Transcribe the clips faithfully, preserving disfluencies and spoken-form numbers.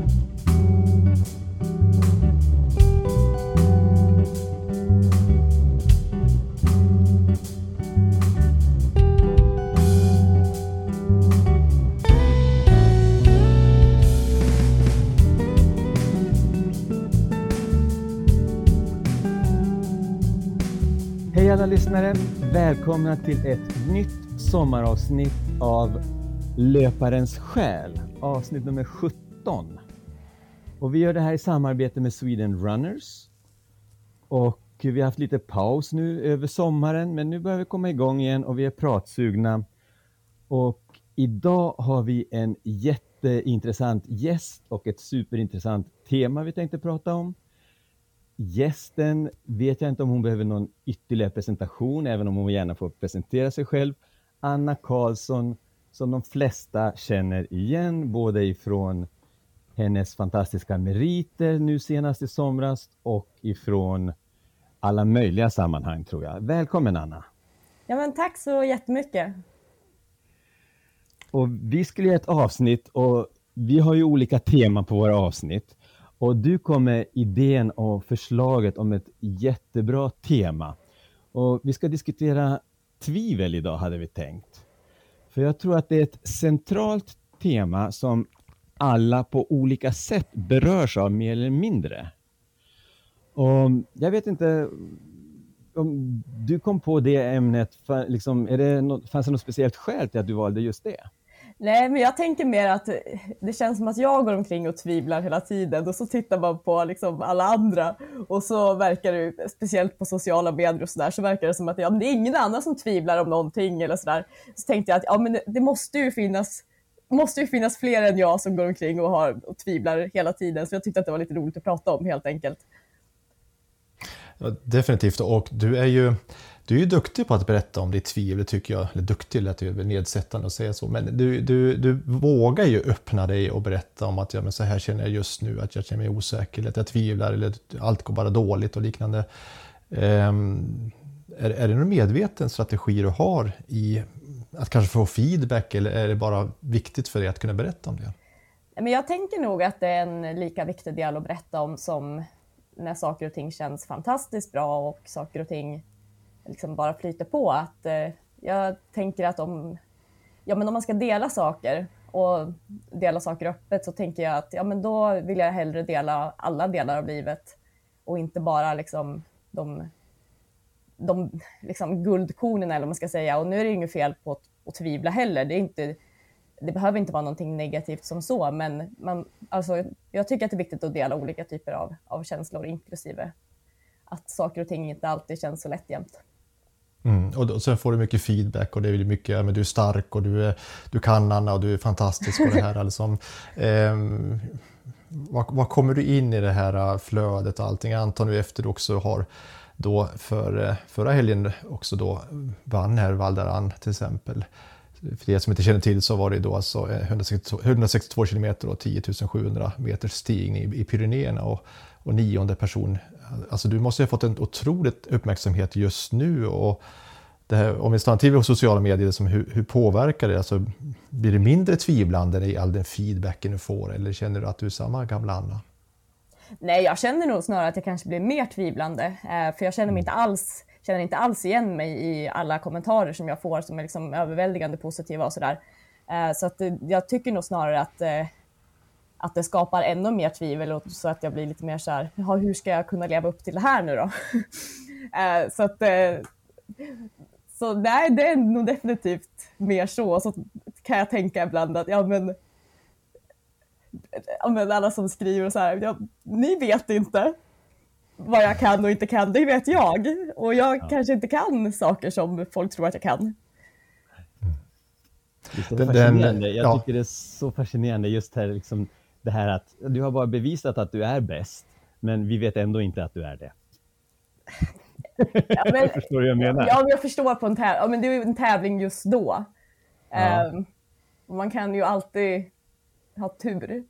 Hej alla lyssnare, välkomna till ett nytt sommaravsnitt av Löparens själ, avsnitt nummer sjutton. Och vi gör det här i samarbete med Sweden Runners. Och vi har haft lite paus nu över sommaren, men nu börjar vi komma igång igen och vi är pratsugna. Och idag har vi en jätteintressant gäst och ett superintressant tema vi tänkte prata om. Gästen vet jag inte om hon behöver någon ytterligare presentation, även om hon gärna får presentera sig själv. Anna Karlsson, som de flesta känner igen, både ifrån hennes fantastiska meriter nu senast i somras och ifrån alla möjliga sammanhang, tror jag. Välkommen Anna! Ja, men tack så jättemycket! Och vi skulle göra ett avsnitt och vi har ju olika teman på våra avsnitt. Och du kom med idén och förslaget om ett jättebra tema. Och vi ska diskutera tvivel idag, hade vi tänkt. För jag tror att det är ett centralt tema som alla på olika sätt berörs av mer eller mindre. Och jag vet inte om du kom på det ämnet, för, liksom, är det något, fanns det något speciellt skäl till att du valde just det? Nej, men jag tänker mer att det känns som att jag går omkring och tvivlar hela tiden och så tittar man på liksom alla andra och så verkar det, speciellt på sociala medier och sådär, så verkar det som att ja, men det är ingen annan som tvivlar om någonting eller sådär. Så tänkte jag att ja, men det måste ju finnas måste ju finnas fler än jag som går omkring och, har, och tvivlar hela tiden, så jag tyckte att det var lite roligt att prata om helt enkelt. Ja, definitivt, och du är ju Du är ju duktig på att berätta om ditt tvivel, tycker jag. Eller duktig, lät det ju nedsättande att säga så. Men du, du, du vågar ju öppna dig och berätta om att ja, men så här känner jag just nu. Att jag känner mig osäker, eller att jag tvivlar, eller att allt går bara dåligt och liknande. Um, är, är det någon medveten strategi du har i att kanske få feedback? Eller är det bara viktigt för dig att kunna berätta om det? Men jag tänker nog att det är en lika viktig del att berätta om som när saker och ting känns fantastiskt bra och saker och ting liksom bara flyter på. Att, eh, jag tänker att om, ja, men om man ska dela saker och dela saker öppet, så tänker jag att ja, men då vill jag hellre dela alla delar av livet och inte bara liksom de, de liksom guldkornen, eller vad man ska säga. Och nu är det inget fel på att, att tvivla heller. Det, är inte, det behöver inte vara någonting negativt som så, men man, alltså, jag tycker att det är viktigt att dela olika typer av, av känslor, inklusive att saker och ting inte alltid känns så lätt jämt. Mm, och, då, och sen får du mycket feedback och det är mycket, ja, men du är stark och du, är, du kan Anna och du är fantastisk och det här alltså. Eh, vad, vad kommer du in i det här flödet och allting? Jag antar nu efter du också har då för förra helgen också då vann här Val d'Aran till exempel. För er som inte känner till så var det då alltså hundrasextiotvå kilometer och tio tusen sjuhundra meter stigning i, i Pyrenéerna och, och nionde person. Alltså du måste ha fått en otroligt uppmärksamhet just nu, och det här, om vi stannar till på sociala medier, som hur, hur påverkar det? Alltså, blir det mindre tvivlande i all den feedbacken du får, eller känner du att du är samma gamla Anna? Nej, jag känner nog snarare att jag kanske blir mer tvivlande, för jag känner mig inte alls, känner inte alls igen mig i alla kommentarer som jag får som är liksom överväldigande positiva och sådär. Så att jag tycker nog snarare att att det skapar ännu mer tvivel, och så att jag blir lite mer så här, ja, hur ska jag kunna leva upp till det här nu då? så att så nej, det är nog definitivt mer så. Så kan jag tänka ibland att ja men, ja, men alla som skriver så här, ja, ni vet inte vad jag kan och inte kan, det vet jag. Och jag ja. kanske inte kan saker som folk tror att jag kan. Det är fascinerande. Jag ja. tycker det är så fascinerande just här liksom, det här att du har bara bevisat att du är bäst, men vi vet ändå inte att du är det. Ja, men, förstår du vad jag menar? Ja, jag förstår på en tävling. Ja, men det är ju en tävling just då. Ja. Um, och man kan ju alltid ha tur.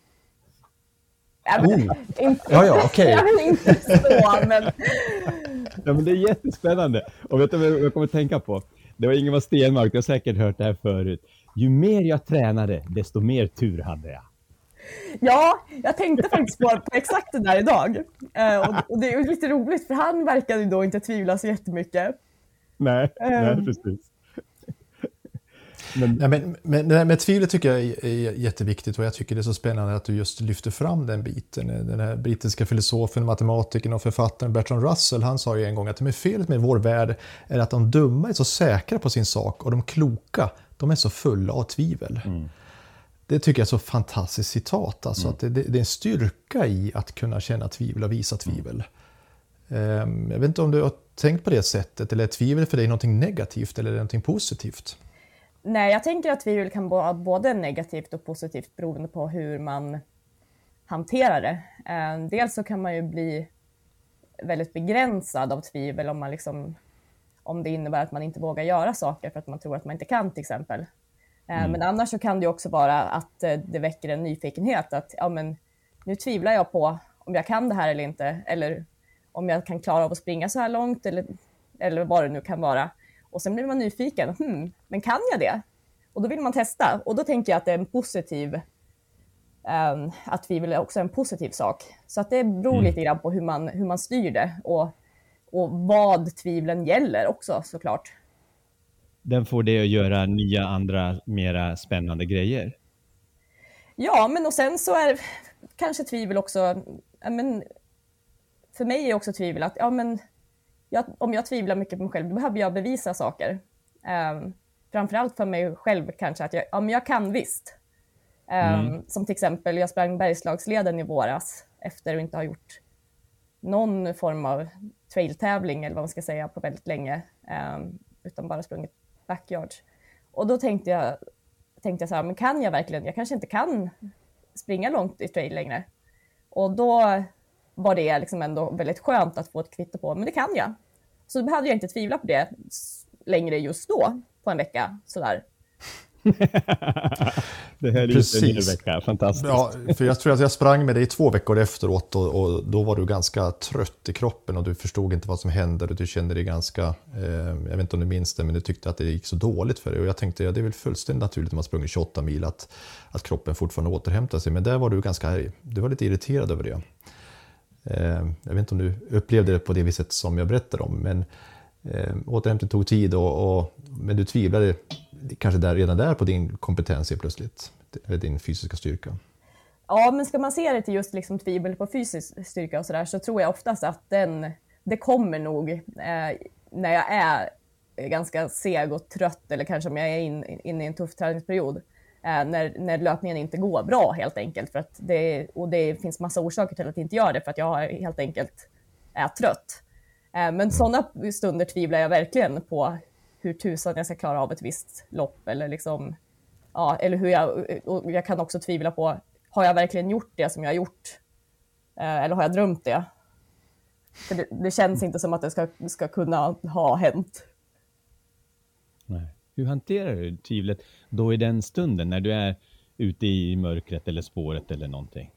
Ja, men, oh. inte, ja, ja, okej. Okay. Inte så, men... Ja, men det är jättespännande. Och vet du vad jag kommer att tänka på? Det var Ingemar Stenmark, du har säkert hört det här förut. Ju mer jag tränade, desto mer tur hade jag. Ja, jag tänkte faktiskt på, på exakt det där idag. Eh, och, och det är ju lite roligt för han verkade ju då inte tvivla så jättemycket. Nej, nej Um, precis. Men, ja, men, men, men, men tvivlet tycker jag är, är jätteviktigt och jag tycker det är så spännande att du just lyfter fram den biten. Den här brittiska filosofen, matematikern och författaren Bertrand Russell, han sa ju en gång att med felet med vår värld är att de dumma är så säkra på sin sak och de kloka, de är så fulla av tvivel. Mm. Det tycker jag är så fantastiskt citat. Alltså mm. att det, det är en styrka i att kunna känna tvivel och visa tvivel. Mm. Um, jag vet inte om du har tänkt på det sättet, eller är tvivel för dig någonting negativt eller någonting positivt? Nej, jag tänker att tvivel kan vara både negativt och positivt beroende på hur man hanterar det. Um, dels så kan man ju bli väldigt begränsad av tvivel om, man liksom, om det innebär att man inte vågar göra saker för att man tror att man inte kan till exempel. Mm. Men annars så kan det också vara att det väcker en nyfikenhet att ja, men nu tvivlar jag på om jag kan det här eller inte, eller om jag kan klara av att springa så här långt eller, eller vad det nu kan vara. Och sen blir man nyfiken, hmm, men kan jag det? Och då vill man testa, och då tänker jag att det är en positiv, um, att tvivel är också en positiv sak. Så att det beror mm. lite grann på hur man, hur man styr det och, och vad tvivlen gäller också såklart. Den får det att göra nya andra mera spännande grejer. Ja, men och sen så är kanske tvivel också, ja, men för mig är också tvivel att ja, men jag, om jag tvivlar mycket på mig själv, då behöver jag bevisa saker. Um, framförallt för mig själv kanske att jag, ja, men jag kan visst. Um, mm. Som till exempel, jag sprang Bergslagsleden i våras efter att inte ha gjort någon form av trailtävling eller vad man ska säga på väldigt länge, um, utan bara sprungit backyard. Och då tänkte jag, tänkte jag så här, men kan jag verkligen, jag kanske inte kan springa långt i trail längre. Och då var det liksom ändå väldigt skönt att få ett kvitto på, men det kan jag. Så då behövde jag inte tvivla på det längre just då, på en vecka, sådär. Det här är just en hel vecka, fantastiskt. Ja, för jag tror att jag sprang med dig två veckor efteråt och, och då var du ganska trött i kroppen och du förstod inte vad som hände och du kände dig ganska, eh, jag vet inte om du minns det, men du tyckte att det gick så dåligt för dig och jag tänkte, ja, det är väl fullständigt naturligt om man sprungit tjugoåtta mil att, att kroppen fortfarande återhämtar sig, men där var du ganska, du var lite irriterad över det. Eh, jag vet inte om du upplevde det på det viset som jag berättade om, men eh, återhämtning tog tid och, och, men du tvivlade kanske där, redan där på din kompetens plötsligt, eller din fysiska styrka. Ja, men ska man se det till just liksom tvivel på fysisk styrka och sådär, så tror jag oftast att den, det kommer nog eh, när jag är ganska seg och trött, eller kanske om jag är inne in i en tuff träningsperiod, eh, när, när löpningen inte går bra helt enkelt. För att det, och det finns massa orsaker till att det inte gör det, för att jag helt enkelt är trött. Eh, men mm. sådana stunder tvivlar jag verkligen på hur tusan jag ska klara av ett visst lopp, eller liksom, ja, eller hur jag, och jag kan också tvivla på, har jag verkligen gjort det som jag har gjort? Eh, eller har jag drömt det? För det, det känns inte som att det ska, ska kunna ha hänt. Nej. Hur hanterar du tvivlet då i den stunden när du är ute i mörkret eller spåret eller någonting?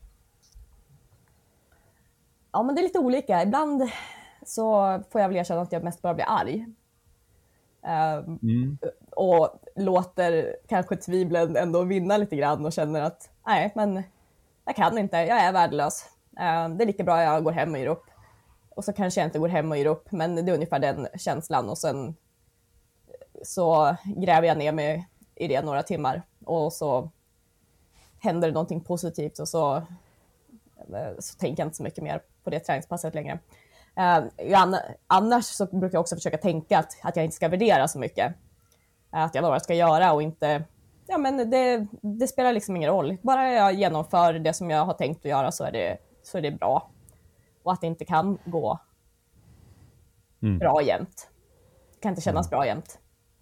Ja, men det är lite olika. Ibland så får jag väl erkänna att jag mest bara blir arg. Um, mm. Och låter kanske tvivlen ändå vinna lite grann och känner att nej, men jag kan inte, jag är värdelös. Um, det är lika bra jag går hem och ger upp. Och så kanske jag inte går hem och ger upp, men det är ungefär den känslan. Och sen så gräver jag ner mig i det några timmar och så händer det någonting positivt och så, så tänker jag inte så mycket mer på det träningspasset längre. Uh, annars så brukar jag också försöka tänka att, att jag inte ska värdera så mycket. Uh, att jag bara ska göra och inte... Ja, men det, det spelar liksom ingen roll. Bara jag genomför det som jag har tänkt att göra så är det, så är det bra. Och att det inte kan gå mm. bra jämt. Det kan inte kännas mm. bra jämt.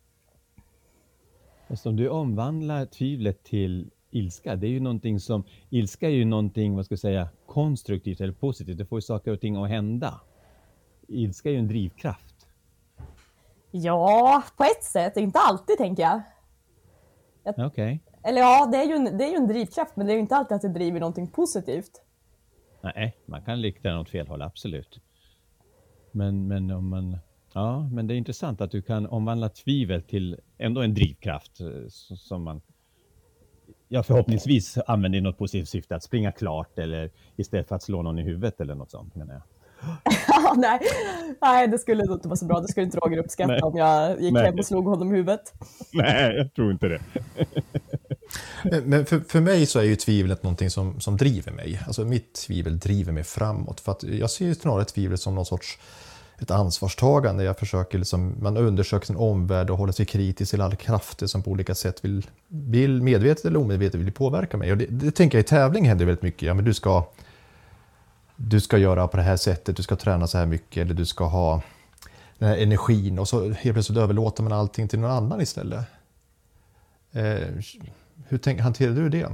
Om du omvandlar tvivlet till ilska, det är ju någonting som... Ilska är ju någonting, vad ska jag säga, konstruktivt eller positivt. Det får ju saker och ting att hända. Ilska är ju en drivkraft. Ja, på ett sätt. Inte alltid, tänker jag. jag Okej. Okay. Eller ja, det är, ju en, det är ju en drivkraft, men det är ju inte alltid att det driver någonting positivt. Nej, man kan likta den åt fel håll, absolut. Men, men om man... Ja, men det är intressant att du kan omvandla tvivel till ändå en drivkraft som man ja, förhoppningsvis använder i något positivt syfte att springa klart eller istället för att slå någon i huvudet eller något sånt, menar jag. Ja, nej. nej, det skulle inte vara så bra. Det skulle inte Roger uppskatta nej. om jag gick nej. hem och slog honom i huvudet. Nej, jag tror inte det. Men för, för mig så är ju tvivlet någonting som, som driver mig. Alltså mitt tvivel driver mig framåt. För att jag ser ju snarare tvivlet som någon sorts ett ansvarstagande. Jag försöker liksom, man undersöker sin omvärld och håller sig kritisk till alla krafter som på olika sätt vill, vill medvetet eller omedvetet vill påverka mig. Och det, det tänker jag i tävling händer väldigt mycket. Ja, men du ska, du ska göra på det här sättet, du ska träna så här mycket eller du ska ha den här energin och så helt plötsligt överlåter man allting till någon annan istället. Eh, hur tänk, hanterar du det?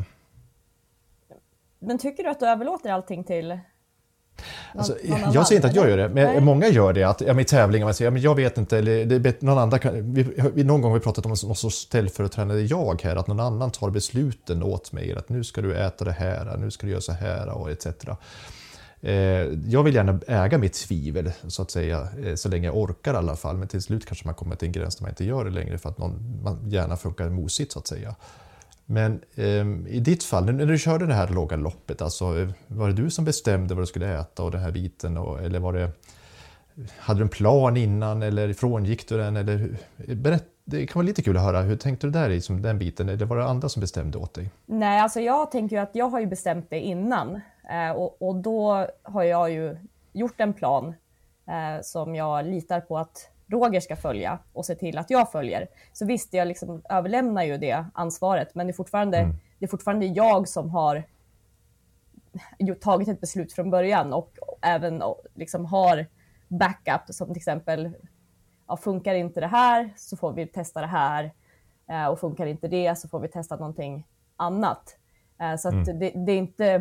Men tycker du att du överlåter allting till Alltså, jag säger inte att jag gör det, men nej. många gör det. Att, ja, med tävlingar, man säger, ja, men jag vet inte, eller det är någon annan kan, vi, vi, någon gång har vi pratat om någon sorts ställföreträdande jag här, att någon annan tar besluten åt mig, att nu ska du äta det här, nu ska du göra så här och et cetera. Eh, jag vill gärna äga mitt tvivel, så att säga, eh, så länge jag orkar i alla fall, men till slut kanske man kommer till en gräns där man inte gör det längre för att någon, man gärna funkar mosigt, så att säga. Men eh, i ditt fall, när du körde det här låga loppet, alltså, var det du som bestämde vad du skulle äta och den här biten? Och, eller var det, hade du en plan innan eller frångick du den? Eller, berätt, det kan vara lite kul att höra, hur tänkte du där i som den biten? Eller var det andra som bestämde åt dig? Nej, alltså jag tänker ju att jag har ju bestämt det innan. Eh, och, och då har jag ju gjort en plan eh, som jag litar på att Roger ska följa och se till att jag följer. Så visst, jag liksom överlämnar ju det ansvaret, men det är fortfarande, mm. det är fortfarande jag som har tagit ett beslut från början och även liksom har backup, som till exempel, ja, funkar inte det här så får vi testa det här, och funkar inte det så får vi testa någonting annat. Så att mm. det, det är inte,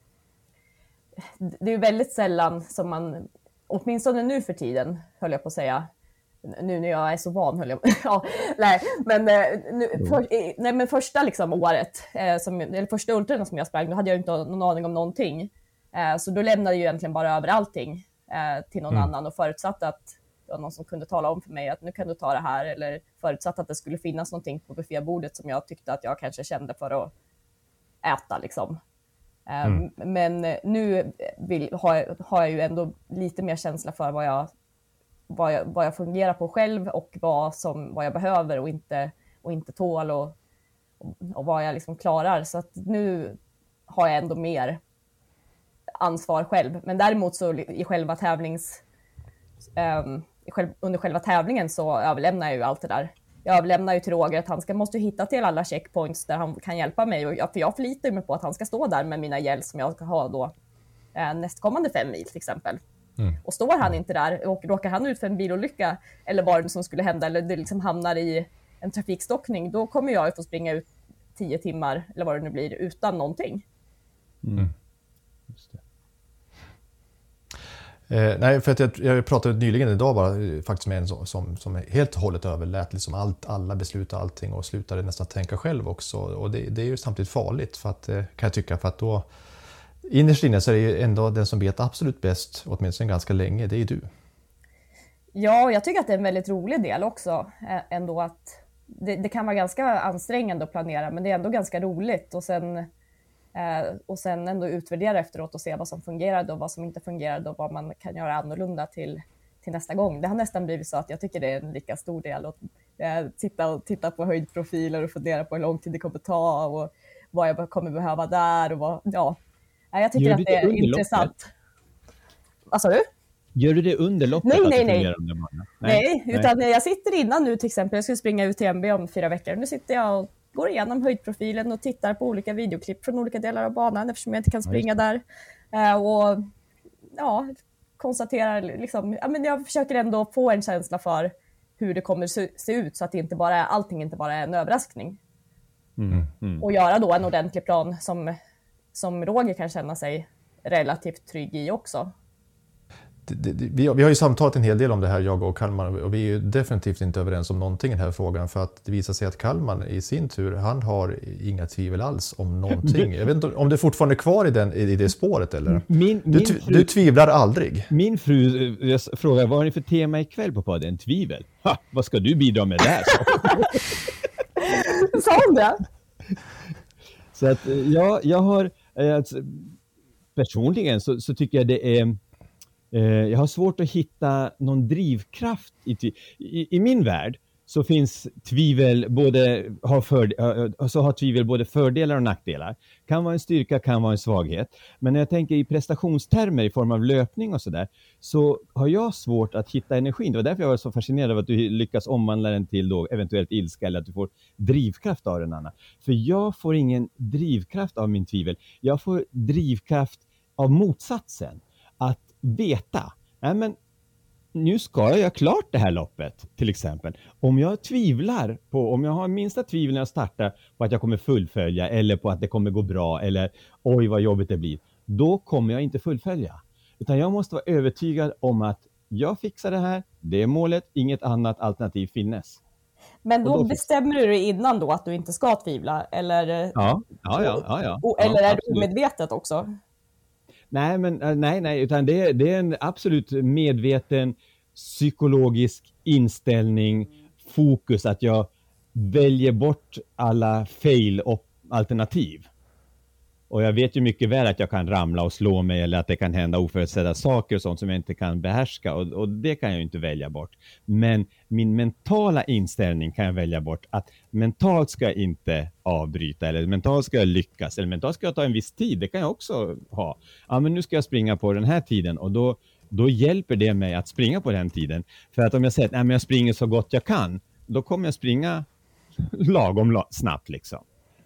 det är väldigt sällan som man, åtminstone nu för tiden höll jag på att säga, nu när jag är så van höll jag ja, nej, men, nu, för, nej, men första liksom året, eh, som, eller första ultrarna som jag sprang, då hade jag inte någon aning om någonting. Eh, så då lämnade jag egentligen bara över allting eh, till någon mm. annan och förutsatte att det var någon som kunde tala om för mig att nu kan du ta det här, eller förutsatte att det skulle finnas någonting på buffébordet som jag tyckte att jag kanske kände för att äta liksom. Eh, mm. Men nu vill, har, har jag ju ändå lite mer känsla för vad jag Vad jag, vad jag fungerar på själv och vad, som, vad jag behöver och inte, och inte tål och, och, och vad jag liksom klarar. Så att nu har jag ändå mer ansvar själv. Men däremot så i själva tävlings, um, i själv, under själva tävlingen så överlämnar jag ju allt det där. Jag överlämnar ju till Roger att han ska, måste hitta till alla checkpoints där han kan hjälpa mig. Och jag, för jag förlitar mig på att han ska stå där med mina gäll som jag ska ha då eh, nästkommande fem mil till exempel. Mm. Och står han inte där och råkar han ut för en bilolycka eller vad det som skulle hända, eller det liksom hamnar i en trafikstockning, då kommer jag att få springa ut tio timmar eller vad det nu blir utan någonting. Mm. Just det. Eh, nej, för att jag, jag pratade nyligen idag bara faktiskt med en som, som, som helt och hållet överlät liksom allt, alla beslut och allting och slutade nästan tänka själv också, och det, det är ju samtidigt farligt för att, kan jag tycka, för att då innerst inne så är det ju ändå den som vet absolut bäst, åtminstone ganska länge, det är du. Ja, och jag tycker att det är en väldigt rolig del också. Ändå att det, det kan vara ganska ansträngande att planera, men det är ändå ganska roligt. Och sen, eh, och sen ändå utvärdera efteråt och se vad som fungerade och vad som inte fungerade och vad man kan göra annorlunda till, till nästa gång. Det har nästan blivit så att jag tycker det är en lika stor del att eh, titta, och, titta på höjdprofiler och fundera på hur lång tid det kommer ta och vad jag kommer behöva där. Och vad, ja. Jag tycker att det är intressant. Vad sa du? Gör du det under loppet? Nej, nej, nej. nej. Nej, utan nej. Jag sitter innan nu till exempel. Jag ska springa ut till M B om fyra veckor. Nu sitter jag och går igenom höjdprofilen och tittar på olika videoklipp från olika delar av banan eftersom jag inte kan springa ja, där. Och ja, konstaterar liksom, ja, men jag försöker ändå få en känsla för hur det kommer se, se ut så att det inte bara är, allting inte bara är en överraskning. Mm, mm. Och göra då en ordentlig plan som som Roger kan känna sig relativt trygg i också. Det, det, vi, vi har ju samtalat en hel del om det här, jag och Kalman, och vi är ju definitivt inte överens om någonting i den här frågan, för att det visar sig att Kalman i sin tur, han har inga tvivel alls om någonting. Jag vet inte om det är fortfarande kvar i, den, i det spåret eller? Min, min du, fru, du tvivlar aldrig. Min fru jag frågar, vad har ni för tema ikväll på podden? Tvivel? Ha, vad ska du bidra med där? Sa hon det? Så att ja, jag har alltså, personligen så, så tycker jag det är eh, jag har svårt att hitta någon drivkraft i, i, i min värld. Så finns tvivel både har för, så har tvivel både fördelar och nackdelar. Kan vara en styrka, kan vara en svaghet. Men när jag tänker i prestationstermer i form av löpning och sådär, så har jag svårt att hitta energin. Det var därför jag var så fascinerad av att du lyckas omvandla den till då eventuellt ilska, eller att du får drivkraft av den andra. För jag får ingen drivkraft av min tvivel. Jag får drivkraft av motsatsen. Att veta, nej men nu ska jag göra klart det här loppet, till exempel. Om jag tvivlar på, om jag har minsta tvivel när jag startar på att jag kommer fullfölja, eller på att det kommer gå bra, eller oj vad jobbigt det blir, då kommer jag inte fullfölja. Utan jag måste vara övertygad om att jag fixar det här, det är målet, inget annat alternativ finnes. Men då, då bestämmer du dig innan då att du inte ska tvivla, eller, ja, ja, ja, ja, ja. Och, eller ja, är det omedvetet också? Nej, men nej, nej, utan det, det är en absolut medveten psykologisk inställning, fokus, att jag väljer bort alla fail-alternativ. Och jag vet ju mycket väl att jag kan ramla och slå mig, eller att det kan hända oförutsedda saker och sånt som jag inte kan behärska, och, och det kan jag ju inte välja bort. Men min mentala inställning kan jag välja bort, att mentalt ska jag inte avbryta, eller mentalt ska jag lyckas, eller mentalt ska jag ta en viss tid, det kan jag också ha. Ja, men nu ska jag springa på den här tiden, och då, då hjälper det mig att springa på den tiden. För att om jag säger att nej, men jag springer så gott jag kan, då kommer jag springa lagom snabbt liksom.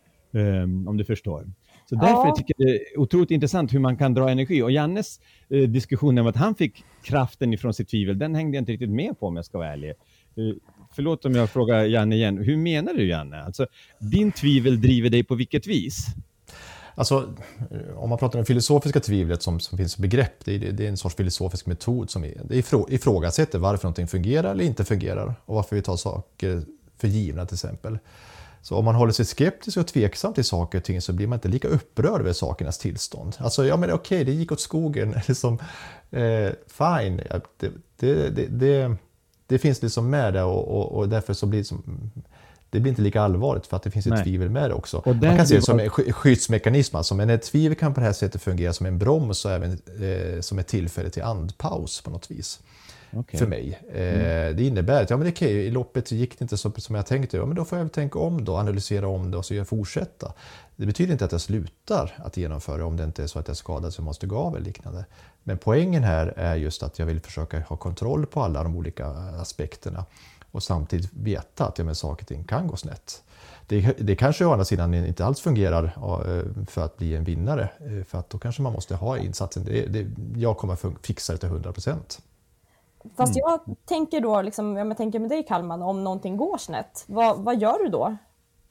Um, om du förstår. Så därför ja. tycker jag det är otroligt intressant hur man kan dra energi. Och Jannes eh, diskussion om att han fick kraften ifrån sitt tvivel, den hängde jag inte riktigt med på, om jag ska vara ärlig. Eh, förlåt om jag frågar Janne igen. Hur menar du, Janne? Alltså, din tvivel driver dig på vilket vis? Alltså, om man pratar om filosofiska tvivlet som, som finns som begrepp, det är, det är en sorts filosofisk metod som är, det är ifrågasätter varför någonting fungerar eller inte fungerar, och varför vi tar saker för givna till exempel. Så om man håller sig skeptisk och tveksam till saker och ting, så blir man inte lika upprörd över sakernas tillstånd. Alltså, ja men okej, det gick åt skogen. Liksom, eh, fine. Det, det, det, det, det finns liksom med det, och, och, och därför så blir det, som, det blir inte lika allvarligt, för att det finns ett Nej. tvivel med det också. Man kan se det som en skyddsmekanism. Alltså, men ett tvivel kan på det här sättet fungera som en broms, och även eh, som ett tillfälle till andpaus på något vis. Okay. För mig. Mm. Det innebär att ja, men det okej, i loppet gick det inte så som jag tänkte. Ja, men då får jag tänka om då, analysera om det, och så jag fortsätta. Det betyder inte att jag slutar att genomföra om det inte är så att jag skadar så måste gå av eller liknande. Men poängen här är just att jag vill försöka ha kontroll på alla de olika aspekterna, och samtidigt veta att ja, men saker och ting kan gå snett. Det, det kanske å andra sidan inte alls fungerar för att bli en vinnare, för att då kanske man måste ha insatsen. Det, det, jag kommer fixa det till hundra procent. Fast mm. jag tänker då, liksom, jag tänker med dig Kalman, om någonting går snett, vad, vad gör du då?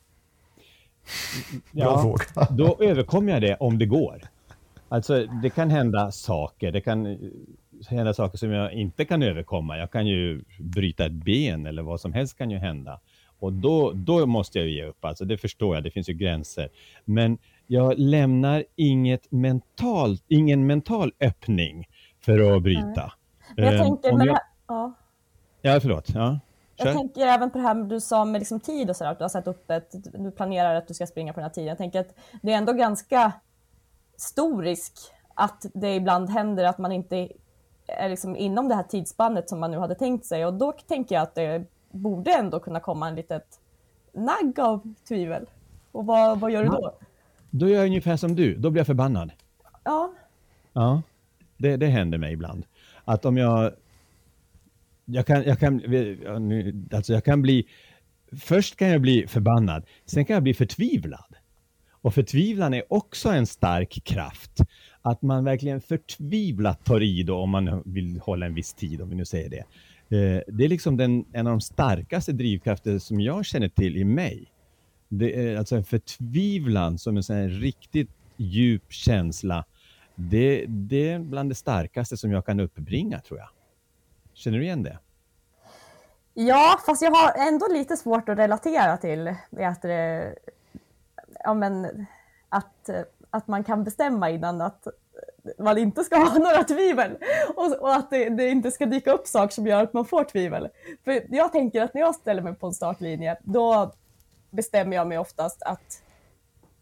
Ja, då överkommer jag det om det går. Alltså det kan hända saker, det kan hända saker som jag inte kan överkomma. Jag kan ju bryta ett ben eller vad som helst kan ju hända. Och då, då måste jag ju ge upp, alltså det förstår jag, det finns ju gränser. Men jag lämnar inget mentalt, ingen mental öppning för att bryta. Mm. Men jag tänker, um, men jag... här, ja. Ja, förlåt. Ja, jag tänker även på det här du sa med liksom tid och sådär, att du har satt upp ett, du planerar att du ska springa på den här tiden. Jag tänker att det är ändå ganska stor risk att det ibland händer att man inte är liksom inom det här tidsspannet som man nu hade tänkt sig. Och då tänker jag att det borde ändå kunna komma en litet nagg av tvivel. Och vad, vad gör du då? Då gör jag ungefär som du, då blir jag förbannad. Ja. Ja, det, det händer mig ibland. Att om jag jag kan jag kan alltså jag kan bli först kan jag bli förbannad, sen kan jag bli förtvivlad. Och förtvivlan är också en stark kraft. Att man verkligen förtvivlat tar i då, om man vill hålla en viss tid, om vi nu säger det. Det är liksom den, en av de starkaste drivkrafter som jag känner till i mig. Det är alltså en förtvivlan som en sån här riktigt djup känsla. Det, det är bland det starkaste som jag kan uppbringa, tror jag. Känner du igen det? Ja, fast jag har ändå lite svårt att relatera till att, det, ja, men, att, att man kan bestämma innan att man inte ska ha några tvivel. Och, och att det, det inte ska dyka upp saker som gör att man får tvivel. För jag tänker att när jag ställer mig på en startlinje, då bestämmer jag mig oftast att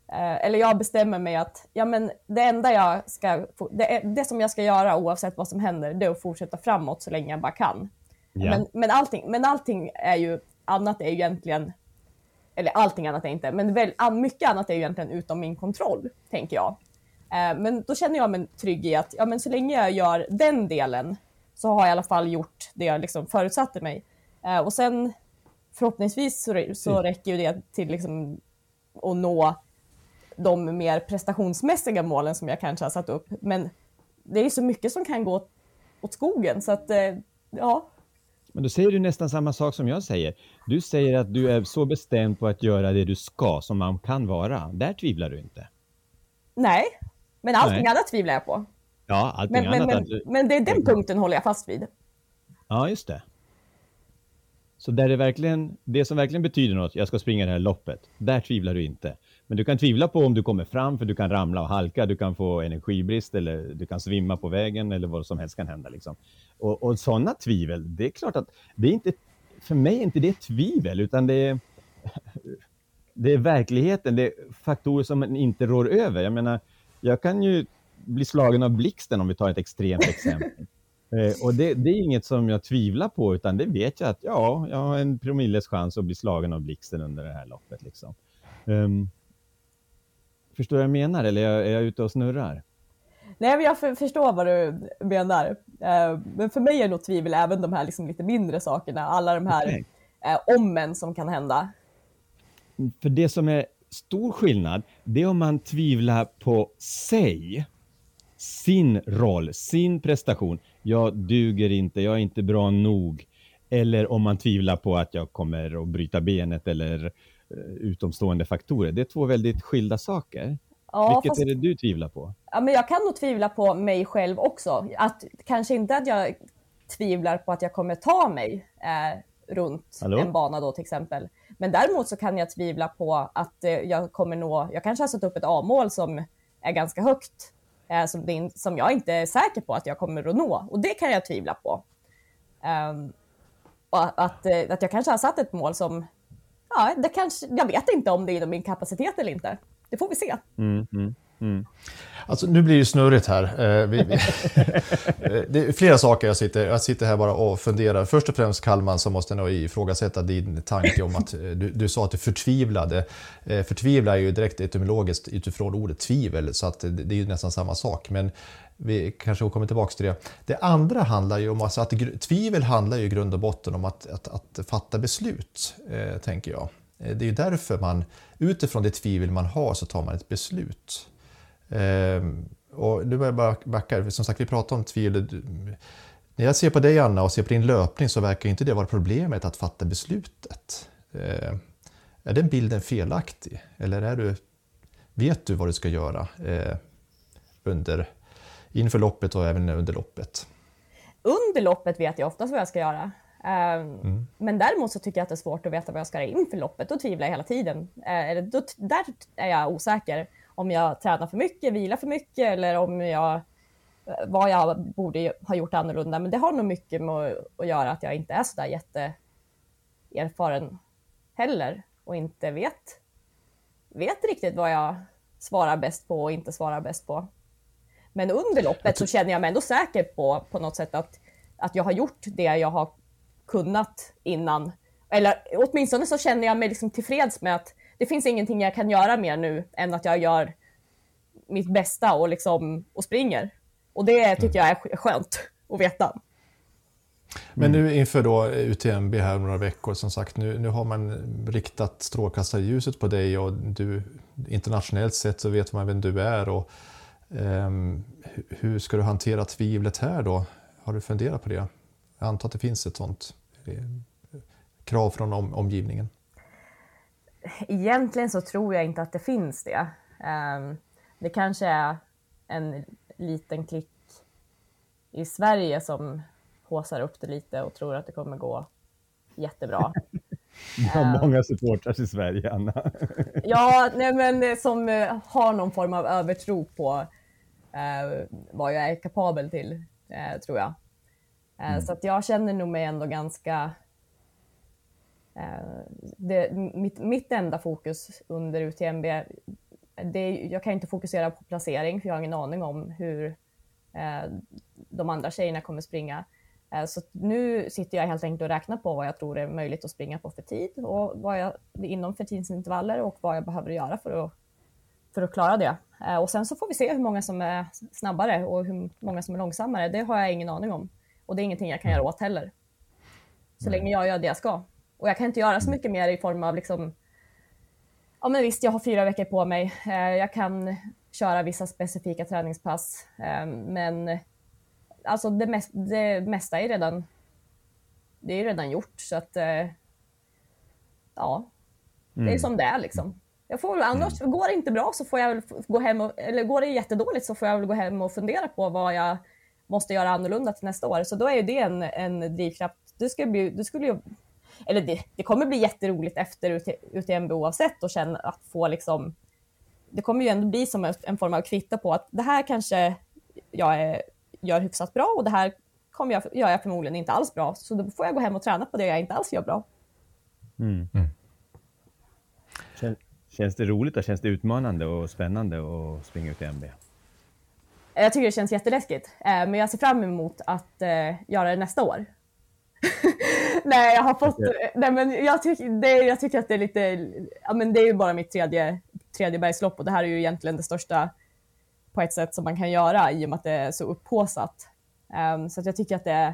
eller jag bestämmer mig att ja, men det enda jag ska, det, det som jag ska göra oavsett vad som händer, det är att fortsätta framåt så länge jag bara kan. Ja. Men, men, allting, men allting är ju, annat är ju egentligen, eller allting annat är inte, men väl, mycket annat är ju egentligen utom min kontroll, tänker jag. Men då känner jag mig trygg i att ja, men så länge jag gör den delen så har jag i alla fall gjort det jag liksom förutsatte mig. Och sen förhoppningsvis så, så räcker ju det till liksom att nå de mer prestationsmässiga målen som jag kanske har satt upp. Men det är så mycket som kan gå åt skogen. Så att, ja. Men då säger du nästan samma sak som jag säger. Du säger att du är så bestämd på att göra det du ska som man kan vara. Där tvivlar du inte. Nej, men allting Nej. annat tvivlar jag på. Ja, allting men, annat. Men, men, men det är den punkten håller jag fast vid. Ja, just det. Så där är verkligen, det som verkligen betyder något, jag ska springa det här loppet, där tvivlar du inte. Men du kan tvivla på om du kommer fram, för du kan ramla och halka, du kan få energibrist eller du kan svimma på vägen eller vad som helst kan hända. Liksom. Och, och sådana tvivel, det är klart att det är inte, för mig är inte det tvivel, utan det är, det är verkligheten, det är faktorer som man inte rår över. Jag menar, jag kan ju bli slagen av blixten om vi tar ett extremt exempel. Eh, och det, det är inget som jag tvivlar på, utan det vet jag att ja, jag har en promilles chans att bli slagen av blixten under det här loppet. Liksom. Um, förstår du vad jag menar, eller är jag, är jag ute och snurrar? Nej, men jag för, förstår vad du menar. Uh, men för mig är nog tvivel även de här liksom lite mindre sakerna. Alla de här okay. uh, ommen som kan hända. För det som är stor skillnad, det är om man tvivlar på sig, sin roll, sin prestation. Jag duger inte, jag är inte bra nog. Eller om man tvivlar på att jag kommer att bryta benet eller uh, utomstående faktorer. Det är två väldigt skilda saker. Ja, Vilket fast, är det du tvivlar på? Ja, men jag kan nog tvivla på mig själv också. Att, kanske inte att jag tvivlar på att jag kommer ta mig eh, runt Hallå? en bana då till exempel. Men däremot så kan jag tvivla på att eh, jag kommer nå, jag kanske har satt upp ett A-mål som är ganska högt. Eh, som, det, som jag inte är säker på att jag kommer att nå. Och det kan jag tvivla på. Um, och att, eh, att jag kanske har satt ett mål som, ja, det kanske, jag vet inte om det är inom min kapacitet eller inte. Det får vi se. Mm, mm, mm. Alltså, nu blir det snurrigt här. Eh, vi, vi, det är flera saker jag sitter, jag sitter här bara och funderar. Först och främst, Kallman, så måste jag nog ifrågasätta din tanke om att du, du sa att du förtvivlade. Eh, förtvivla är ju direkt etymologiskt utifrån ordet tvivel, så att det, det är ju nästan samma sak. Men vi kanske kommer tillbaka till det. Det andra handlar ju om alltså att tvivel handlar ju i grund och botten om att, att, att fatta beslut, eh, tänker jag. Det är ju därför man, utifrån det tvivel man har, så tar man ett beslut. Ehm, och nu börjar jag bara backa. Som sagt, vi pratar om tvivel. När jag ser på dig, Anna, och ser på din löpning, så verkar inte det vara problemet att fatta beslutet. Ehm, är den bilden felaktig? Eller är du, vet du vad du ska göra eh, under, inför loppet och även under loppet? Under loppet vet jag oftast vad jag ska göra. Mm. Men däremot så tycker jag att det är svårt att veta vad jag ska göra inför loppet. Då tvivlar jag hela tiden. Eller då, där är jag osäker. Om jag tränar för mycket, vilar för mycket, eller om jag, vad jag borde ha gjort annorlunda. Men det har nog mycket med att göra att jag inte är så där jätteerfaren heller. Och inte vet, vet riktigt vad jag svarar bäst på och inte svarar bäst på. Men under loppet så känner jag mig ändå säker på, på något sätt att, att jag har gjort det jag har kunnat innan. Eller åtminstone så känner jag mig liksom tillfreds med att det finns ingenting jag kan göra mer nu än att jag gör mitt bästa och, liksom, och springer. Och det tycker jag är skönt att veta. Men nu inför då U T M B här några veckor, som sagt, nu, nu har man riktat strålkastarljuset på dig, och du, internationellt sett så vet man vem du är. Och, um, hur ska du hantera tvivlet här då? Har du funderat på det? Jag antar att det finns ett sånt krav från om, omgivningen. Egentligen så tror jag inte att det finns det. Um, det kanske är en liten klick i Sverige som håsar upp det lite och tror att det kommer gå jättebra. Vi har många supportrar i Sverige, Anna. Ja, nej, men som har någon form av övertro på uh, vad jag är kapabel till, uh, tror jag. Uh, mm. Så att jag känner nog mig ändå ganska... Uh, det, mitt, mitt enda fokus under U T M B det, jag kan inte fokusera på placering för jag har ingen aning om hur eh, de andra tjejerna kommer springa. Eh, så nu sitter jag helt enkelt och räknar på vad jag tror är möjligt att springa på för tid och vad jag, inom för tidsintervaller och vad jag behöver göra för att, för att klara det. Eh, och sen så får vi se hur många som är snabbare och hur många som är långsammare. Det har jag ingen aning om. Och det är ingenting jag kan göra åt heller. Så länge jag gör det jag ska. Och jag kan inte göra så mycket mer i form av liksom, ja men visst, jag har fyra veckor på mig. Jag kan köra vissa specifika träningspass. Men alltså det, mest, det mesta är redan, det är redan gjort. Så att, ja, det är som det är liksom. Jag får, annars mm. går det inte bra så får jag väl gå hem, och, eller går det jättedåligt så får jag väl gå hem och fundera på vad jag måste göra annorlunda till nästa år. Så då är ju det en, en drivkraft. Det skulle bli, det skulle ju, eller det, det kommer bli jätteroligt efter U T M B oavsett och känna att få liksom, det kommer ju ändå bli som en, en form av kvitto på att det här kanske jag är, gör hyfsat bra och det här kommer jag, gör jag förmodligen inte alls bra. Så då får jag gå hem och träna på det jag inte alls gör bra. Mm. Mm. Kän, känns det roligt och känns det utmanande och spännande att springa ut i M B? Jag tycker det känns jätteläskigt, men jag ser fram emot att göra det nästa år. Nej, jag har fått, nej, men jag, tyck, det, jag tycker att det är lite, ja men det är ju bara mitt tredje, tredje bergslopp och det här är ju egentligen det största på ett sätt som man kan göra i och med att det är så upphåsat. Um, så att jag tycker att det är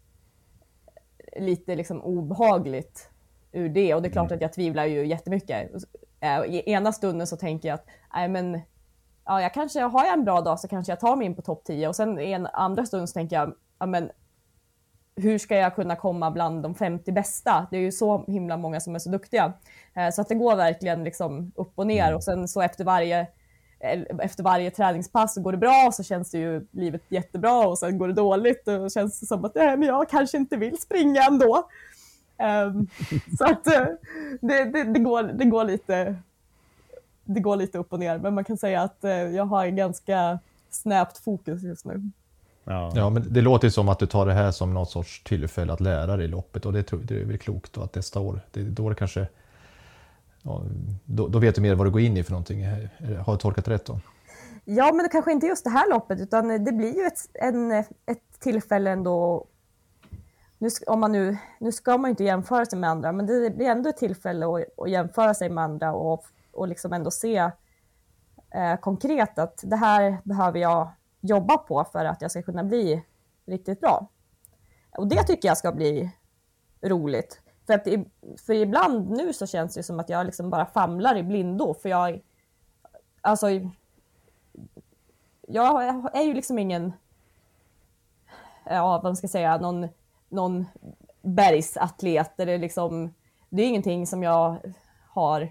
lite liksom obehagligt ur det och det är klart att jag tvivlar ju jättemycket. Uh, I ena stunden så tänker jag att, nej men, ja jag kanske, har jag en bra dag så kanske jag tar mig in på topp tio och sen i en andra stund så tänker jag, ja men hur ska jag kunna komma bland de femtio bästa? Det är ju så himla många som är så duktiga. Så att det går verkligen liksom upp och ner. Och sen så efter varje, efter varje träningspass så går det bra. Så känns det ju livet jättebra. Och sen går det dåligt. Och känns det som att nej, men jag kanske inte vill springa ändå. Um, så att det, det, det, går, det, går lite, det går lite upp och ner. Men man kan säga att jag har en ganska snävt fokus just nu. Ja. ja, men det låter ju som att du tar det här som något sorts tillfälle att lära dig loppet och det, det är väl klokt då att nästa år, det, då det kanske, ja, då, då vet du mer vad du går in i för någonting. Har jag tolkat rätt då? Ja, men det kanske inte just det här loppet utan det blir ju ett, en, ett tillfälle ändå, nu, om man nu, nu ska man ju inte jämföra sig med andra men det blir ändå ett tillfälle att, att jämföra sig med andra och, och liksom ändå se eh, konkret att det här behöver jag jobba på för att jag ska kunna bli riktigt bra. Och det tycker jag ska bli roligt. För, att, för ibland nu så känns det som att jag liksom bara famlar i blindo. För jag, alltså, jag är ju liksom ingen, ja vad ska jag säga, någon, någon bergsatlet. Eller liksom, det är ingenting som jag har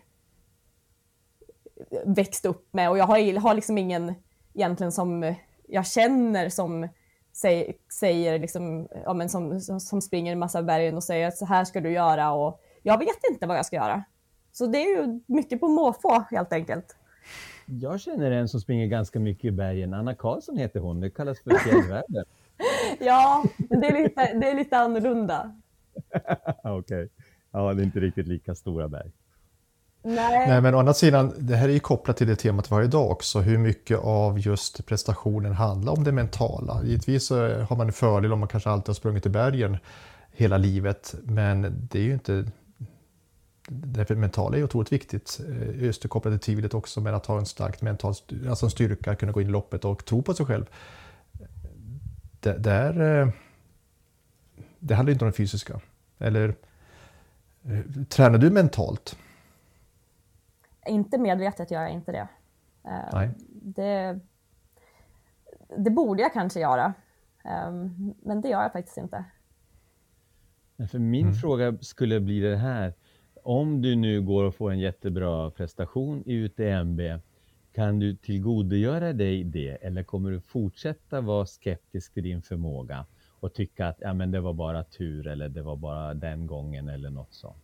växt upp med. Och jag har, har liksom ingen egentligen som jag känner som säger, säger liksom, ja, men som, som, som springer en massa bergen och säger att så här ska du göra och jag vet inte vad jag ska göra. Så det är ju mycket på måfå helt enkelt. Jag känner en som springer ganska mycket i bergen. Anna Karlsson heter hon, det kallas för fjällvärlden. Ja, men det är lite, det är lite annorlunda. Okej, okay. Ja det är inte riktigt lika stora berg. Nej. Nej, men å andra sidan, det här är ju kopplat till det temat vi har idag också. Hur mycket av just prestationen handlar om det mentala. Givetvis så har man en fördel om man kanske alltid har sprungit i bergen hela livet. Men det är ju inte... Det mentala är ju otroligt viktigt. Just det kopplat till tvivlet också med att ha en stark mental alltså en styrka, kunna gå in i loppet och tro på sig själv. Det, där, det handlar inte om det fysiska. Eller tränar du mentalt? Inte medvetet gör jag inte det. Nej. Det, det borde jag kanske göra. Men det gör jag faktiskt inte. För min mm. fråga skulle bli det här. Om du nu går och får en jättebra prestation i U T M B, kan du tillgodogöra dig det? Eller kommer du fortsätta vara skeptisk till din förmåga och tycka att ja, men det var bara tur eller det var bara den gången eller något sånt?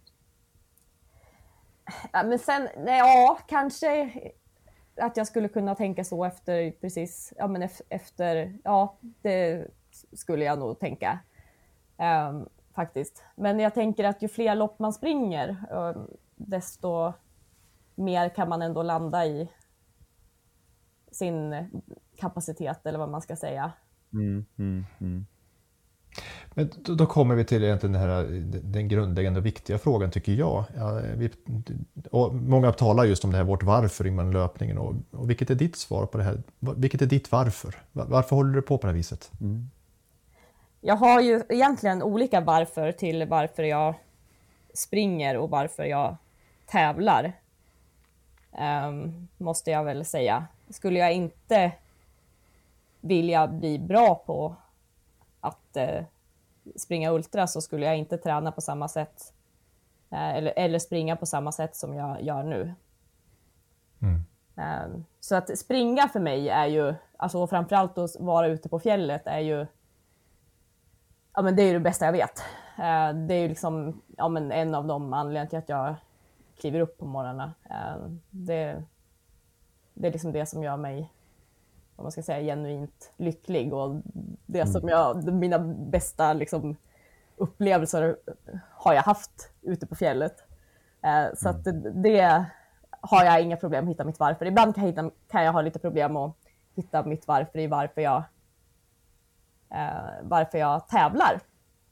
Ja, men sen, nej, ja, kanske att jag skulle kunna tänka så efter precis, ja men efter, ja det skulle jag nog tänka um, faktiskt. Men jag tänker att ju fler lopp man springer, um, desto mer kan man ändå landa i sin kapacitet eller vad man ska säga. Mm, mm, mm. Men då, då kommer vi till egentligen den, här, den grundläggande och viktiga frågan tycker jag. Ja, vi, och många talar just om det här, vårt varför inom löpningen. Och, och vilket är ditt svar på det här? Vilket är ditt varför? Varför håller du på på det här viset? Mm. Jag har ju egentligen olika varför till varför jag springer och varför jag tävlar. Um, måste jag väl säga. Skulle jag inte vilja bli bra på att uh, springa ultra så skulle jag inte träna på samma sätt uh, eller, eller springa på samma sätt som jag gör nu. Mm. Um, så att springa för mig är ju, alltså framförallt att vara ute på fjället är ju, ja men det är ju det bästa jag vet. Uh, det är ju liksom, ja men en av de anledningarna till att jag kliver upp på morgnarna. Uh, det, det är liksom det som gör mig, vad man ska säga, genuint lycklig och det mm. som jag, mina bästa liksom upplevelser har jag haft ute på fjället. Uh, så mm. att det har jag inga problem att hitta mitt varför. Ibland kan jag, hitta, kan jag ha lite problem att hitta mitt varför i varför jag, uh, varför jag tävlar.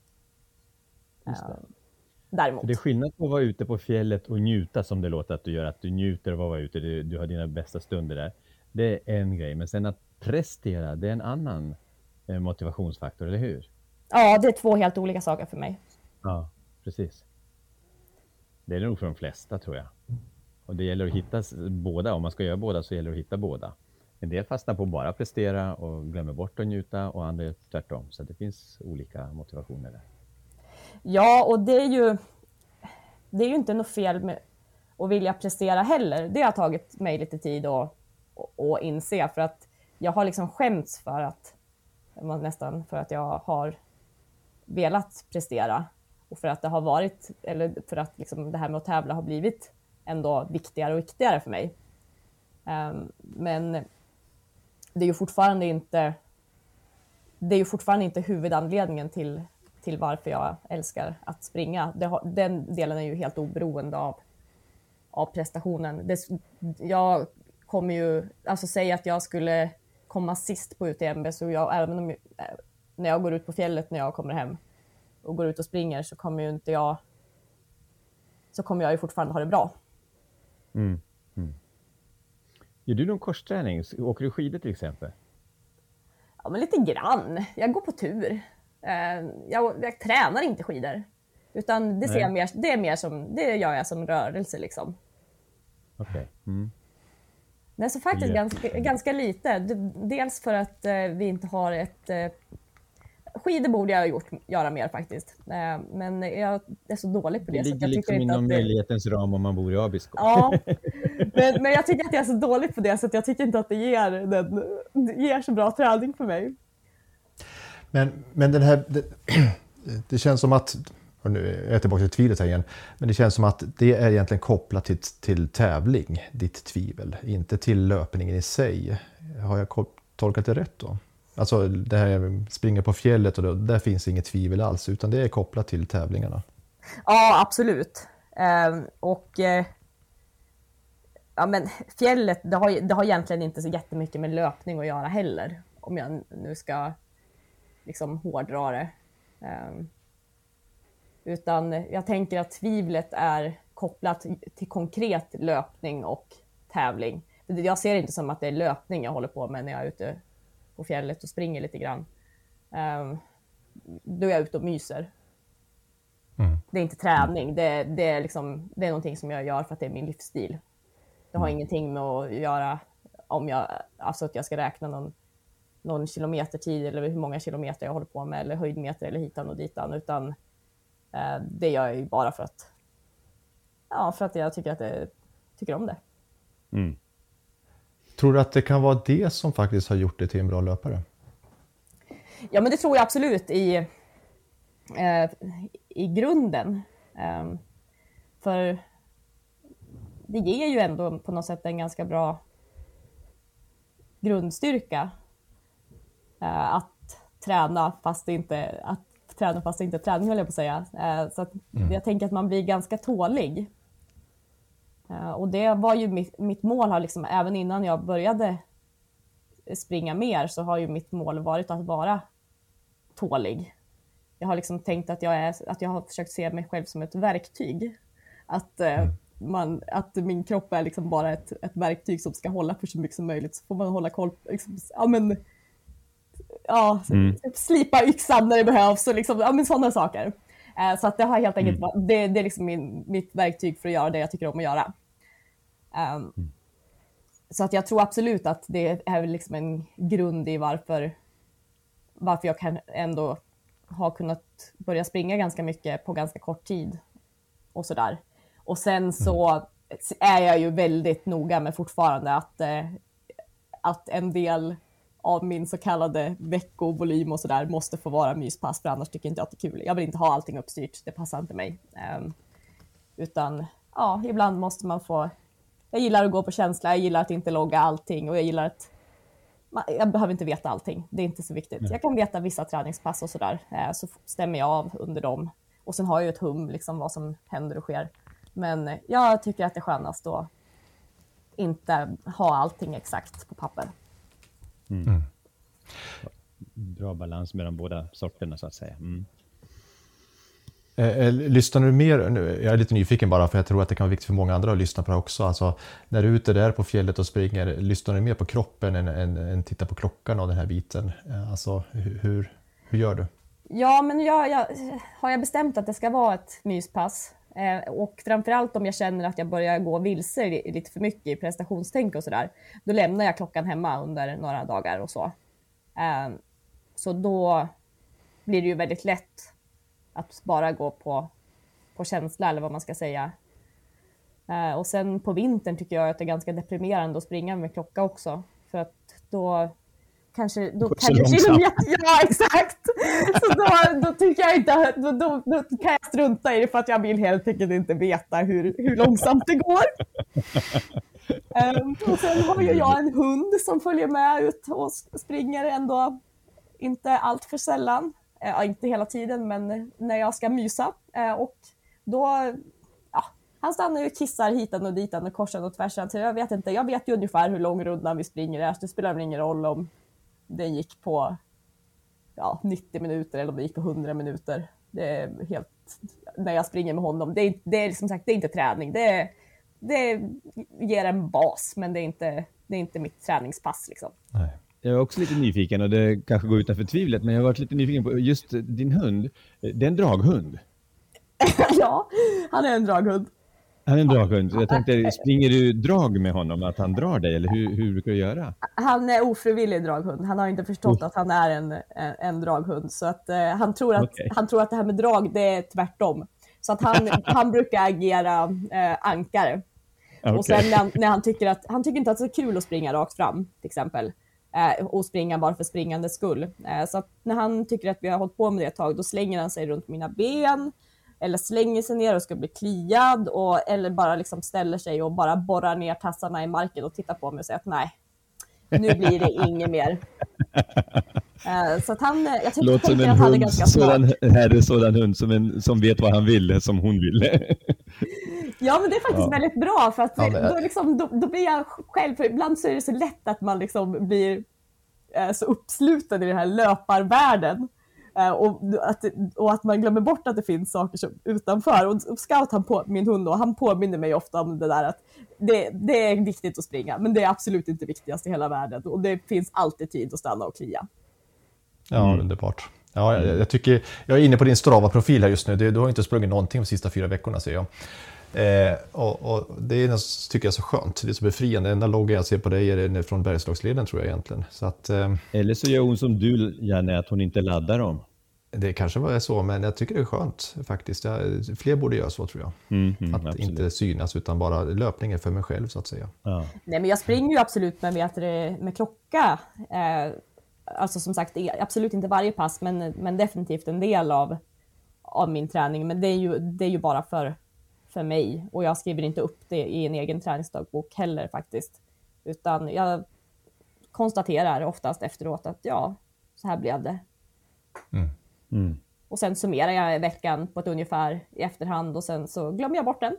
Just det. Uh, däremot. För det är skillnad på att vara ute på fjället och njuta som det låter att du gör. Att du njuter av att vara ute, du, du har dina bästa stunder där. Det är en grej. Men sen att prestera, det är en annan eh, motivationsfaktor, eller hur? Ja, det är två helt olika saker för mig. Ja, precis. Det är nog för de flesta tror jag. Och det gäller att hitta båda. Om man ska göra båda så gäller det att hitta båda. En del fastnar på bara prestera och glömmer bort att njuta och andra tvärtom. Så det finns olika motivationer där. Ja, och det är ju, det är ju inte något fel med att vilja prestera heller. Det har tagit mig lite tid att, att inse. För att jag har liksom skämts för att, nästan för att jag har velat prestera. Och för att det har varit, eller för att liksom det här med att tävla har blivit ändå viktigare och viktigare för mig. Um, men det är ju fortfarande inte det är ju fortfarande inte huvudanledningen till, till varför jag älskar att springa. Det har, den delen är ju helt oberoende av, av prestationen. Det, jag kommer ju, alltså säga att jag skulle komma sist på U T M B, så jag, även om jag, när jag går ut på fjället när jag kommer hem och går ut och springer, så kommer ju inte jag så kommer jag ju fortfarande ha det bra. Mm. Mm. Gör du någon korsträning? Åker du skidor till exempel? Ja, men lite grann. Jag går på tur. Jag, jag tränar inte skidor. Utan det, ser jag mer, det är mer som, det gör jag som rörelse liksom. Okej. Okay. Mm. Men så faktiskt ganska, ganska lite. Dels för att vi inte har ett... Skidor borde jag ha gjort, göra mer faktiskt. Men jag är så dålig på det. Det så ligger jag liksom inte inom att det... möjlighetens ram om man bor i Abisko. Ja, men, men jag tycker att jag är så dålig på det, så att jag tycker inte att det ger, den, det ger så bra träning för mig. Men, men den här, det, det känns som att, och nu är jag tillbaka till tvivlet här igen, men det känns som att det är egentligen kopplat till, till tävling, ditt tvivel, inte till löpningen i sig. Har jag tolkat det rätt då? Alltså det här springa på fjället, och då, där finns inget tvivel alls, utan det är kopplat till tävlingarna. Ja, absolut. Eh, och eh, ja, men fjället, det har, det har egentligen inte så jättemycket med löpning att göra heller. Om jag nu ska liksom hårdra det. Eh, utan jag tänker att tvivlet är kopplat till konkret löpning och tävling. Jag ser det inte som att det är löpning jag håller på med när jag är ute på fjället och springer lite grann. Um, då är jag ute och myser. Mm. Det är inte träning. Det, det, är liksom, det är någonting som jag gör för att det är min livsstil. Det har mm. ingenting med att göra om jag, alltså att jag ska räkna någon, någon kilometertid eller hur många kilometer jag håller på med, eller höjdmeter eller hitan och ditan, utan uh, det gör jag ju bara för att ja, för att jag tycker att jag tycker om det. Mm. Tror du att det kan vara det som faktiskt har gjort det till en bra löpare? Ja, men det tror jag absolut i, eh, i grunden. Eh, för det ger ju ändå på något sätt en ganska bra grundstyrka. Eh, att träna fast det inte, att träna fast det inte är träning, höll jag på att säga. Eh, så att mm. jag tänker att man blir ganska tålig. Uh, och det var ju mitt, mitt mål här liksom, även innan jag började springa mer så har ju mitt mål varit att vara tålig. Jag har liksom tänkt att jag, är, att jag har försökt se mig själv som ett verktyg. Att, mm. man, att min kropp är liksom bara ett, ett verktyg som ska hålla för så mycket som möjligt. Så får man hålla koll på, liksom, ja men, ja, mm. slipa yxan när det behövs och liksom, ja men sådana saker. Så att det har helt enkelt, mm. det, det är liksom min, mitt verktyg för att göra det jag tycker om att göra. Um, mm. Så att jag tror absolut att det är liksom en grund i varför, varför jag kan ändå ha kunnat börja springa ganska mycket på ganska kort tid och sådär. Och sen så mm. är jag ju väldigt noga med fortfarande att, eh, att en del av min så kallade veckovolym och sådär måste få vara myspass, för annars tycker inte jag att det är kul. Jag vill inte ha allting uppstyrt, det passar inte mig. Um, utan ja, ibland måste man få, jag gillar att gå på känsla, jag gillar att inte logga allting och jag gillar att jag behöver inte veta allting, det är inte så viktigt. Jag kan veta vissa träningspass och sådär, så stämmer jag av under dem. Och sen har jag ju ett hum liksom vad som händer och sker. Men jag tycker att det är skönast att inte ha allting exakt på papper. Mm. Mm. Bra balans mellan båda sorterna så att säga. Mm. Eh, lyssnar du mer nu? Jag är lite nyfiken bara, för jag tror att det kan vara viktigt för många andra att lyssna på det också. Alltså, när du är ute där på fjället och springer, lyssnar du mer på kroppen än, än, än titta på klockan och den här biten? Alltså, hur, hur, hur gör du? Ja, men jag, jag, har jag bestämt att det ska vara ett myspass. Eh, och framförallt om jag känner att jag börjar gå vilse lite för mycket i prestationstänk och sådär, då lämnar jag klockan hemma under några dagar och så. Eh, så då blir det ju väldigt lätt att bara gå på, på känsla, eller vad man ska säga. Eh, och sen på vintern tycker jag att det är ganska deprimerande att springa med klocka också. För att då kanske... Då kan jag kilometer, ja, exakt! Så då, då tycker jag inte... Då, då, då kan jag strunta i det, för att jag vill helt enkelt inte veta hur, hur långsamt det går. um, och sen har ju jag en hund som följer med ut och springer ändå inte allt för sällan. Uh, inte hela tiden, men när jag ska mysa. Uh, och då... Ja, han stannar och kissar hitan och ditan och korsan och tvärsan. Så jag vet inte, jag vet ju ungefär hur lång rundan vi springer är. Det spelar väl ingen roll om den gick på ja, nittio minuter eller om det gick på hundra minuter. Det är helt, när jag springer med honom. Det är, det är som sagt, det är inte träning. Det, är, det ger en bas, men det är inte, det är inte mitt träningspass liksom. Nej. Jag är också lite nyfiken, och det kanske går utanför tvivlet, men jag har varit lite nyfiken på just din hund. Det är en draghund. Ja, han är en draghund. Han är en draghund. Jag tänkte, springer du drag med honom, att han drar dig, eller hur, hur brukar du göra? Han är ofrivillig draghund. Han har inte förstått oh. att han är en, en, en draghund. Så att, uh, han, tror att, okay. han tror att det här med drag, det är tvärtom. Så att han, han brukar agera uh, ankare. Okay. Och sen när han, när han tycker att, han tycker inte att det är så kul att springa rakt fram, till exempel. Uh, och springa bara för springandets skull. Uh, så att när han tycker att vi har hållit på med det ett tag, då slänger han sig runt mina ben. Eller slänger sig ner och ska bli kliad. Och, eller bara liksom ställer sig och bara borrar ner tassarna i marken och tittar på mig och säger att nej, nu blir det inget mer. uh, så att han, jag tycker låt som en att han är ganska sådan, här är sådan hund som, en, som vet vad han vill, som hon vill. Ja, men det är faktiskt ja. väldigt bra. För att ja, men... då, liksom, då, då blir jag själv, för ibland så är det så lätt att man liksom blir uh, så uppsluten i den här löparvärlden. Och att, och att man glömmer bort att det finns saker som utanför. Och Scout, han på, min hund då, han påminner mig ofta om det där att det, det är viktigt att springa, men det är absolut inte viktigast i hela världen. Och det finns alltid tid att stanna och klia. Ja, mm. underbart. Ja, jag, jag, tycker, jag är inne på din Strava-profil här just nu. Du, du har inte sprungit någonting de sista fyra veckorna, ser jag. Eh, och, och det är, tycker jag är så skönt. Det är så befriande. Den enda loggen jag ser på dig är från Bergslagsleden, tror jag egentligen. Så att, eh, eller så gör hon som du, Janne, att hon inte laddar dem. Det kanske var så, men jag tycker det är skönt faktiskt. Jag, fler borde göra så, tror jag. Mm, mm, att absolut. Inte synas, utan bara löpningen för mig själv, så att säga. Ja. Nej, men jag springer ju absolut med, vet du, med klocka. Eh, alltså som sagt, absolut inte varje pass, men, men definitivt en del av, av min träning. Men det är ju, det är ju bara för, för mig. Och jag skriver inte upp det i en egen träningsdagbok heller faktiskt. Utan jag konstaterar oftast efteråt att ja, så här blev det. Mm. Mm. Och sen summerar jag veckan på ett ungefär i efterhand, och sen så glömmer jag bort den.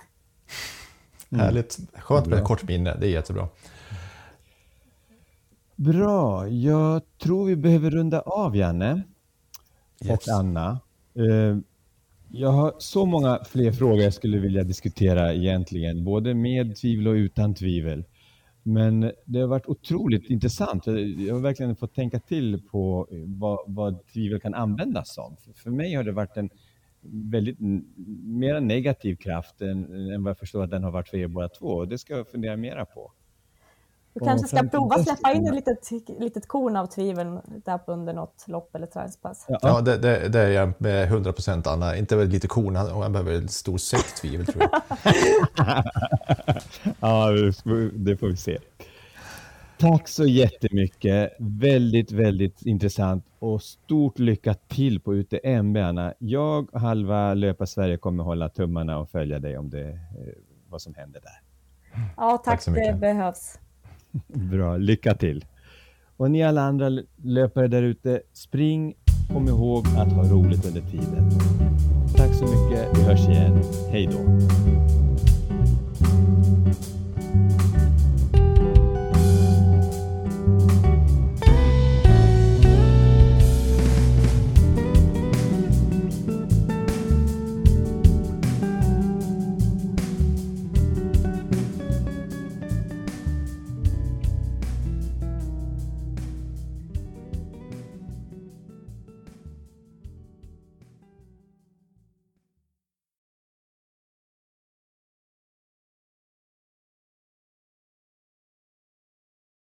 Mm. Härligt. Skönt med ett kort minne, det är jättebra. Bra, jag tror vi behöver runda av, Janne Yes. och Anna. Eh, Jag har så många fler frågor jag skulle vilja diskutera egentligen, både med tvivel och utan tvivel. Men det har varit otroligt intressant. Jag har verkligen fått tänka till på vad, vad tvivel kan användas som. För mig har det varit en väldigt mer negativ kraft än, än vad jag förstår att den har varit för er båda två. Och det ska jag fundera mera på. Du kanske ska fram till prova dess- släppa in ett litet, litet korn av tvivel där under något lopp eller träningspass. Ja, Ja, det, det, det är jag med hundra procent, Anna. Inte väl lite korn, han han behöver en stor säck tvivel, tror jag. ja, det får vi se. Tack så jättemycket. Väldigt, väldigt intressant och stort lycka till på U T M B, Anna. Jag och halva Löpa Sverige kommer hålla tummarna och följa dig om det, vad som händer där. Ja, tack, Tack så mycket. det behövs. Bra, lycka till. Och ni alla andra löpare där ute, spring, kom ihåg att ha roligt under tiden. Tack så mycket, vi hörs igen. Hej då.